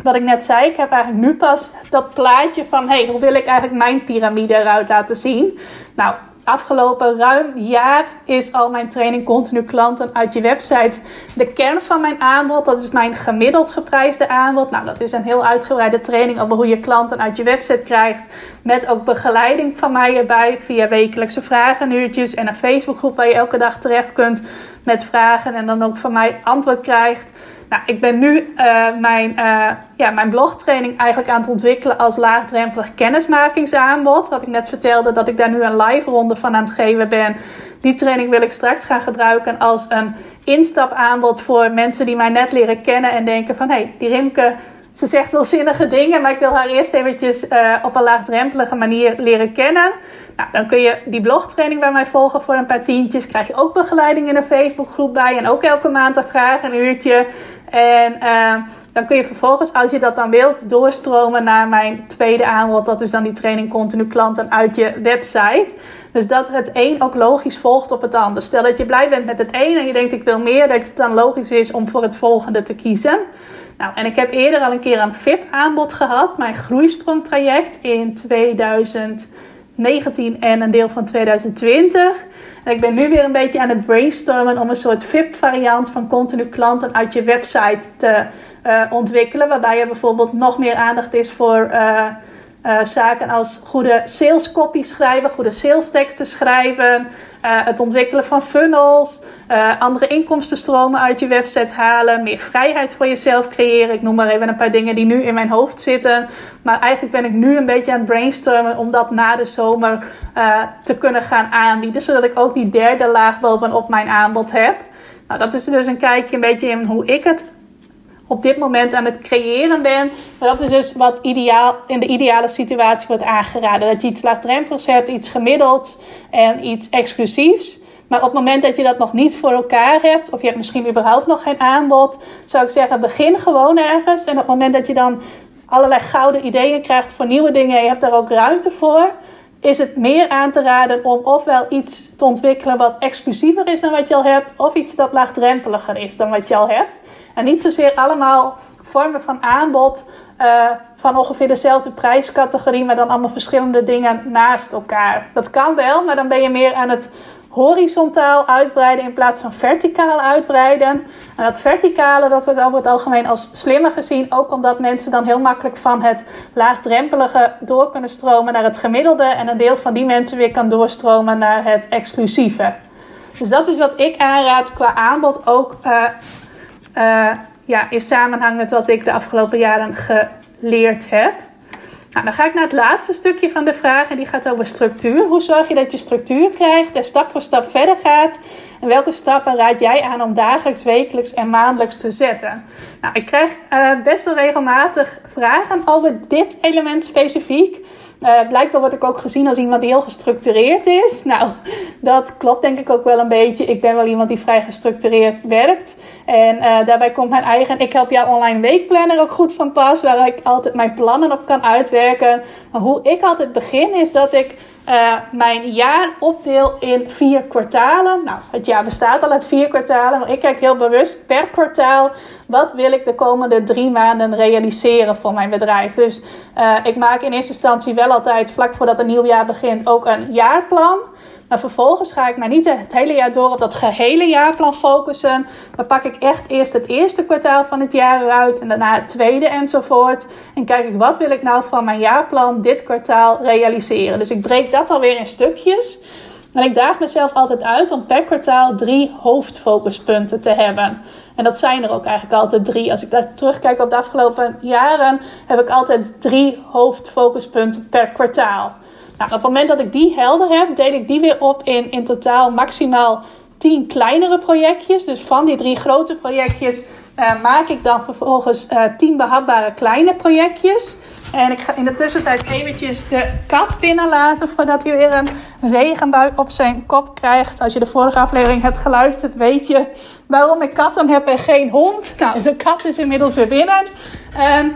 wat ik net zei, ik heb eigenlijk nu pas dat plaatje van, hey, hoe wil ik eigenlijk mijn piramide eruit laten zien? Nou, afgelopen ruim jaar is al mijn training Continu Klanten uit je website de kern van mijn aanbod. Dat is mijn gemiddeld geprijsde aanbod. Nou, dat is een heel uitgebreide training over hoe je klanten uit je website krijgt. Met ook begeleiding van mij erbij via wekelijkse vragenuurtjes en een Facebookgroep waar je elke dag terecht kunt met vragen en dan ook van mij antwoord krijgt. Nou, ik ben nu uh, mijn, uh, ja, mijn blogtraining eigenlijk aan het ontwikkelen als laagdrempelig kennismakingsaanbod. Wat ik net vertelde, dat ik daar nu een live ronde van aan het geven ben. Die training wil ik straks gaan gebruiken als een instapaanbod voor mensen die mij net leren kennen en denken van, hé, hey, die Rimke, ze zegt wel zinnige dingen, maar ik wil haar eerst eventjes uh, op een laagdrempelige manier leren kennen. Nou, dan kun je die blogtraining bij mij volgen voor een paar tientjes. Krijg je ook begeleiding in een Facebookgroep bij en ook elke maand een vraag, een uurtje. En uh, dan kun je vervolgens, als je dat dan wilt, doorstromen naar mijn tweede aanbod. Dat is dan die training Continu Klanten uit je website. Dus dat het een ook logisch volgt op het ander. Stel dat je blij bent met het een en je denkt ik wil meer, dat het dan logisch is om voor het volgende te kiezen. Nou, en ik heb eerder al een keer een V I P-aanbod gehad. Mijn groeisprongtraject in tweeduizend negentien en een deel van tweeduizend twintig. En ik ben nu weer een beetje aan het brainstormen om een soort V I P-variant van Continu Klanten uit je website te uh, ontwikkelen. Waarbij er bijvoorbeeld nog meer aandacht is voor uh, uh, zaken als goede sales copy schrijven, goede sales teksten schrijven, uh, het ontwikkelen van funnels, uh, andere inkomstenstromen uit je website halen, meer vrijheid voor jezelf creëren. Ik noem maar even een paar dingen die nu in mijn hoofd zitten. Maar eigenlijk ben ik nu een beetje aan het brainstormen om dat na de zomer uh, te kunnen gaan aanbieden. Zodat ik ook die derde laag bovenop mijn aanbod heb. Nou, dat is dus een kijkje een beetje in hoe ik het op dit moment aan het creëren ben. Maar dat is dus wat ideaal, in de ideale situatie wordt aangeraden. Dat je iets laagdrempeligs hebt, iets gemiddelds en iets exclusiefs. Maar op het moment dat je dat nog niet voor elkaar hebt, of je hebt misschien überhaupt nog geen aanbod, zou ik zeggen, begin gewoon ergens. En op het moment dat je dan allerlei gouden ideeën krijgt voor nieuwe dingen en je hebt daar ook ruimte voor, is het meer aan te raden om ofwel iets te ontwikkelen wat exclusiever is dan wat je al hebt, of iets dat laagdrempeliger is dan wat je al hebt. En niet zozeer allemaal vormen van aanbod uh, van ongeveer dezelfde prijscategorie, maar dan allemaal verschillende dingen naast elkaar. Dat kan wel, maar dan ben je meer aan het horizontaal uitbreiden in plaats van verticaal uitbreiden. En dat verticale, dat wordt over het algemeen als slimmer gezien. Ook omdat mensen dan heel makkelijk van het laagdrempelige door kunnen stromen naar het gemiddelde. En een deel van die mensen weer kan doorstromen naar het exclusieve. Dus dat is wat ik aanraad qua aanbod. Ook uh, uh, ja, in samenhang met wat ik de afgelopen jaren geleerd heb. Nou, dan ga ik naar het laatste stukje van de vraag en die gaat over structuur. Hoe zorg je dat je structuur krijgt en stap voor stap verder gaat? En welke stappen raad jij aan om dagelijks, wekelijks en maandelijks te zetten? Nou, ik krijg uh, best wel regelmatig vragen over dit element specifiek. Uh, blijkbaar word ik ook gezien als iemand die heel gestructureerd is. Nou, dat klopt denk ik ook wel een beetje. Ik ben wel iemand die vrij gestructureerd werkt. En uh, daarbij komt mijn eigen Ik Help Jou Online Weekplanner ook goed van pas. Waar ik altijd mijn plannen op kan uitwerken. Maar hoe ik altijd begin is dat ik uh, mijn jaar opdeel in vier kwartalen. Nou, het jaar bestaat al uit vier kwartalen. Maar ik kijk heel bewust per kwartaal. Wat wil ik de komende drie maanden realiseren voor mijn bedrijf? Dus uh, ik maak in eerste instantie wel altijd, vlak voordat een nieuw jaar begint, ook een jaarplan. Maar vervolgens ga ik maar niet het hele jaar door op dat gehele jaarplan focussen. Maar pak ik echt eerst het eerste kwartaal van het jaar eruit en daarna het tweede enzovoort. En kijk ik, wat wil ik nou van mijn jaarplan dit kwartaal realiseren? Dus ik breek dat alweer in stukjes. En ik daag mezelf altijd uit om per kwartaal drie hoofdfocuspunten te hebben. En dat zijn er ook eigenlijk altijd drie. Als ik daar terugkijk op de afgelopen jaren, heb ik altijd drie hoofdfocuspunten per kwartaal. Nou, op het moment dat ik die helder heb, deel ik die weer op in in totaal maximaal tien kleinere projectjes. Dus van die drie grote projectjes uh, maak ik dan vervolgens uh, tien behapbare kleine projectjes. En ik ga in de tussentijd eventjes de kat binnenlaten voordat hij weer een regenbui op zijn kop krijgt. Als je de vorige aflevering hebt geluisterd, weet je waarom ik katten heb en geen hond. Nou, de kat is inmiddels weer binnen. En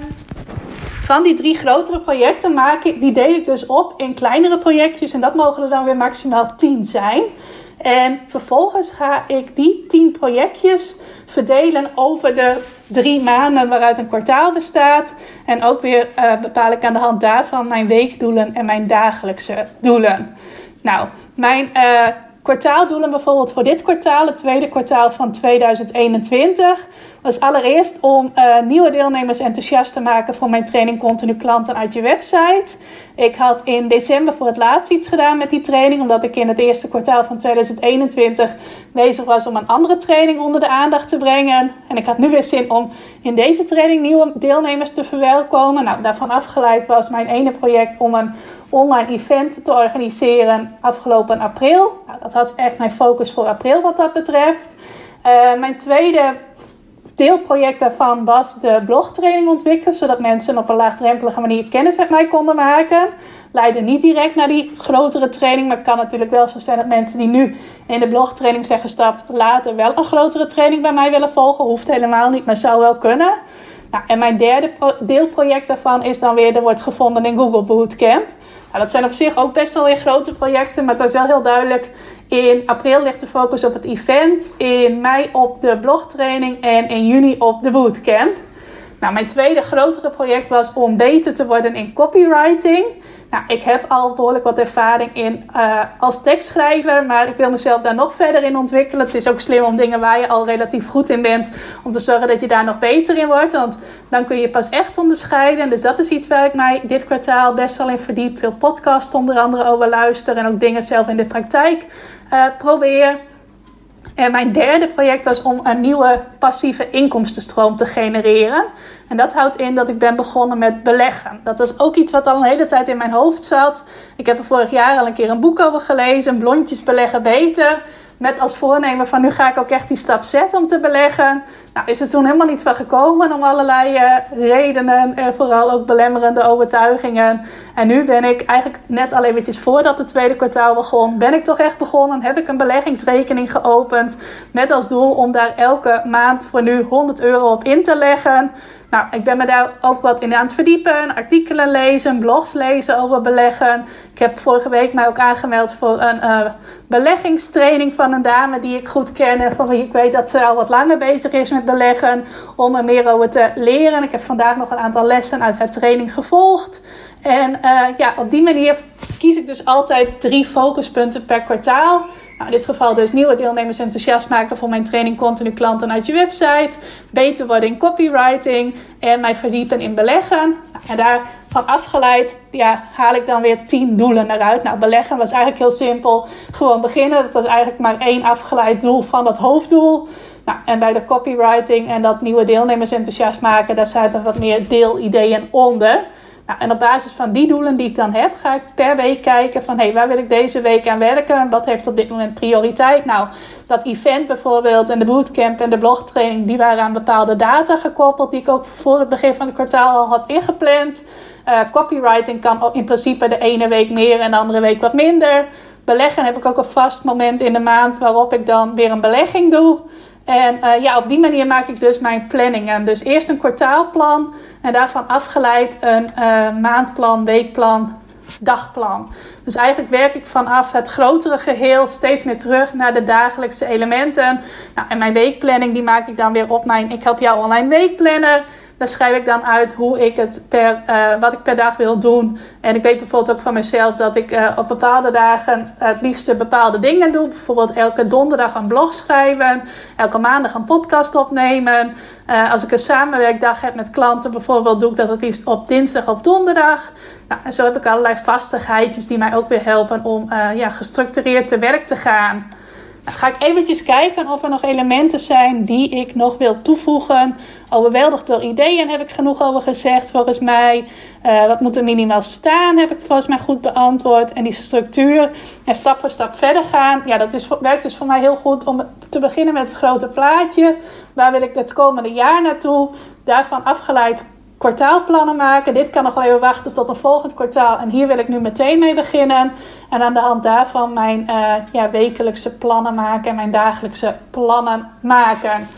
van die drie grotere projecten maak ik, die deel ik dus op in kleinere projectjes. En dat mogen er dan weer maximaal tien zijn. En vervolgens ga ik die tien projectjes verdelen over de drie maanden waaruit een kwartaal bestaat. En ook weer uh, bepaal ik aan de hand daarvan mijn weekdoelen en mijn dagelijkse doelen. Nou, mijn uh, kwartaaldoelen bijvoorbeeld voor dit kwartaal, het tweede kwartaal van tweeduizend eenentwintig, was allereerst om uh, nieuwe deelnemers enthousiast te maken voor mijn training Continu Klanten uit je website. Ik had in december voor het laatst iets gedaan met die training, omdat ik in het eerste kwartaal van tweeduizend eenentwintig bezig was om een andere training onder de aandacht te brengen. En ik had nu weer zin om in deze training nieuwe deelnemers te verwelkomen. Nou, daarvan afgeleid was mijn ene project om een online event te organiseren afgelopen april. Nou, dat was echt mijn focus voor april wat dat betreft. Uh, mijn tweede deelproject daarvan was de blogtraining ontwikkelen, zodat mensen op een laagdrempelige manier kennis met mij konden maken. Leidde niet direct naar die grotere training, maar het kan natuurlijk wel zo zijn dat mensen die nu in de blogtraining zijn gestapt, later wel een grotere training bij mij willen volgen. Hoeft helemaal niet, maar zou wel kunnen. Nou, en mijn derde pro- deelproject daarvan is dan weer de Wordt Gevonden in Google Bootcamp. Nou, dat zijn op zich ook best wel weer grote projecten, maar het is wel heel duidelijk. In april ligt de focus op het event, in mei op de blogtraining en in juni op de bootcamp. Nou, mijn tweede grotere project was om beter te worden in copywriting. Nou, ik heb al behoorlijk wat ervaring in uh, als tekstschrijver, maar ik wil mezelf daar nog verder in ontwikkelen. Het is ook slim om dingen waar je al relatief goed in bent, om te zorgen dat je daar nog beter in wordt. Want dan kun je pas echt onderscheiden. Dus dat is iets waar ik mij dit kwartaal best wel in verdiep. Veel podcasts onder andere over luisteren en ook dingen zelf in de praktijk uh, probeer. En mijn derde project was om een nieuwe passieve inkomstenstroom te genereren. En dat houdt in dat ik ben begonnen met beleggen. Dat is ook iets wat al een hele tijd in mijn hoofd zat. Ik heb er vorig jaar al een keer een boek over gelezen. Blondjes beleggen beter. Met als voornemen van nu ga ik ook echt die stap zetten om te beleggen. Nou is er toen helemaal niet van gekomen om allerlei uh, redenen. En vooral ook belemmerende overtuigingen. En nu ben ik eigenlijk net al eventjes voordat het tweede kwartaal begon. Ben ik toch echt begonnen. Heb ik een beleggingsrekening geopend. Met als doel om daar elke maand voor nu honderd euro op in te leggen. Nou, ik ben me daar ook wat in aan het verdiepen. Artikelen lezen, blogs lezen over beleggen. Ik heb vorige week mij ook aangemeld voor een uh, beleggingstraining van een dame die ik goed ken. En van wie ik weet dat ze al wat langer bezig is met beleggen. Om er meer over te leren. Ik heb vandaag nog een aantal lessen uit haar training gevolgd. En uh, ja, op die manier kies ik dus altijd drie focuspunten per kwartaal. Nou, in dit geval dus nieuwe deelnemers enthousiast maken voor mijn training Continu Klanten uit je website. Beter worden in copywriting en mij verdiepen in beleggen. Nou, en daarvan afgeleid ja, haal ik dan weer tien doelen eruit. Nou, beleggen was eigenlijk heel simpel. Gewoon beginnen. Dat was eigenlijk maar één afgeleid doel van dat hoofddoel. Nou, en bij de copywriting en dat nieuwe deelnemers enthousiast maken, daar zaten wat meer deelideeën onder. Nou, en op basis van die doelen die ik dan heb, ga ik per week kijken van, hé, hey, waar wil ik deze week aan werken? Wat heeft op dit moment prioriteit? Nou, dat event bijvoorbeeld en de bootcamp en de blogtraining, die waren aan bepaalde data gekoppeld, die ik ook voor het begin van het kwartaal al had ingepland. Uh, copywriting kan in principe de ene week meer en de andere week wat minder. Beleggen heb ik ook een vast moment in de maand waarop ik dan weer een belegging doe. En uh, ja, op die manier maak ik dus mijn planningen. Dus eerst een kwartaalplan en daarvan afgeleid een uh, maandplan, weekplan, dagplan. Dus eigenlijk werk ik vanaf het grotere geheel steeds meer terug naar de dagelijkse elementen. Nou, en mijn weekplanning die maak ik dan weer op mijn Ik Help Jou Online weekplanner. Daar schrijf ik dan uit hoe ik het per, uh, wat ik per dag wil doen. En ik weet bijvoorbeeld ook van mezelf dat ik uh, op bepaalde dagen het liefste bepaalde dingen doe. Bijvoorbeeld elke donderdag een blog schrijven. Elke maandag een podcast opnemen. Uh, als ik een samenwerkdag heb met klanten bijvoorbeeld, doe ik dat het liefst op dinsdag of donderdag. Nou, en zo heb ik allerlei vastigheidjes die mij ook weer helpen om uh, ja, gestructureerd te werk te gaan. Nou, ga ik eventjes kijken of er nog elementen zijn die ik nog wil toevoegen. Overweldigd door ideeën heb ik genoeg over gezegd volgens mij. Uh, wat moet er minimaal staan heb ik volgens mij goed beantwoord. En die structuur en stap voor stap verder gaan. Ja, dat is, werkt dus voor mij heel goed om te beginnen met het grote plaatje. Waar wil ik het komende jaar naartoe? Daarvan afgeleid kwartaalplannen maken. Dit kan nog wel even wachten tot een volgend kwartaal. En hier wil ik nu meteen mee beginnen. En aan de hand daarvan mijn uh, ja, wekelijkse plannen maken. En mijn dagelijkse plannen maken.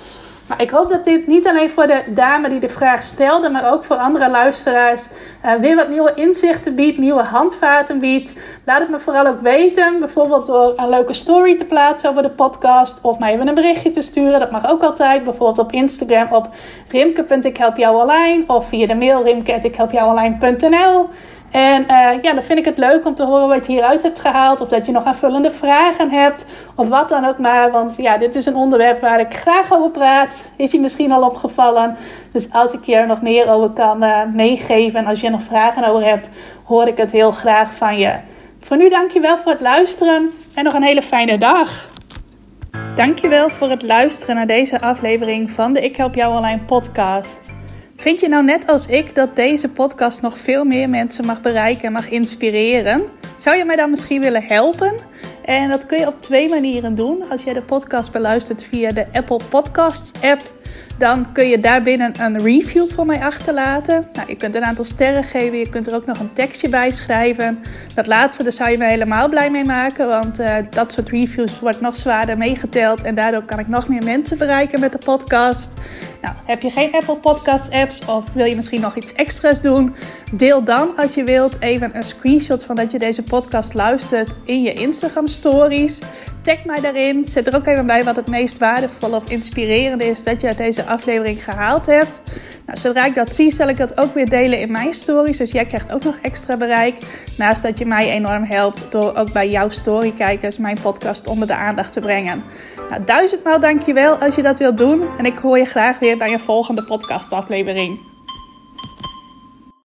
Maar ik hoop dat dit niet alleen voor de dame die de vraag stelde, maar ook voor andere luisteraars uh, weer wat nieuwe inzichten biedt, nieuwe handvaten biedt. Laat het me vooral ook weten, bijvoorbeeld door een leuke story te plaatsen over de podcast of mij even een berichtje te sturen. Dat mag ook altijd, bijvoorbeeld op Instagram op rimke punt ik help jou online of via de mail rimke punt ik help jou online punt n l. En uh, ja, dan vind ik het leuk om te horen wat je hieruit hebt gehaald. Of dat je nog aanvullende vragen hebt. Of wat dan ook maar. Want ja, dit is een onderwerp waar ik graag over praat. Is je misschien al opgevallen. Dus als ik je er nog meer over kan uh, meegeven. En als je er nog vragen over hebt, hoor ik het heel graag van je. Voor nu dankjewel voor het luisteren. En nog een hele fijne dag. Dankjewel voor het luisteren naar deze aflevering van de Ik Help Jou Online podcast. Vind je nou net als ik dat deze podcast nog veel meer mensen mag bereiken en mag inspireren? Zou je mij dan misschien willen helpen? En dat kun je op twee manieren doen. Als jij de podcast beluistert via de Apple Podcasts app, dan kun je daarbinnen een review voor mij achterlaten. Nou, je kunt een aantal sterren geven, je kunt er ook nog een tekstje bij schrijven. Dat laatste, daar zou je me helemaal blij mee maken, want uh, dat soort reviews wordt nog zwaarder meegeteld en daardoor kan ik nog meer mensen bereiken met de podcast. Nou, heb je geen Apple Podcast apps of wil je misschien nog iets extra's doen? Deel dan, als je wilt, even een screenshot van dat je deze podcast luistert in je Instagram stories. Tag mij daarin. Zet er ook even bij wat het meest waardevol of inspirerend is dat je uit deze aflevering gehaald hebt. Nou, zodra ik dat zie, zal ik dat ook weer delen in mijn stories. Dus jij krijgt ook nog extra bereik. Naast dat je mij enorm helpt door ook bij jouw storykijkers mijn podcast onder de aandacht te brengen. Nou, duizendmaal dankjewel als je dat wilt doen. En ik hoor je graag weer bij een volgende podcastaflevering.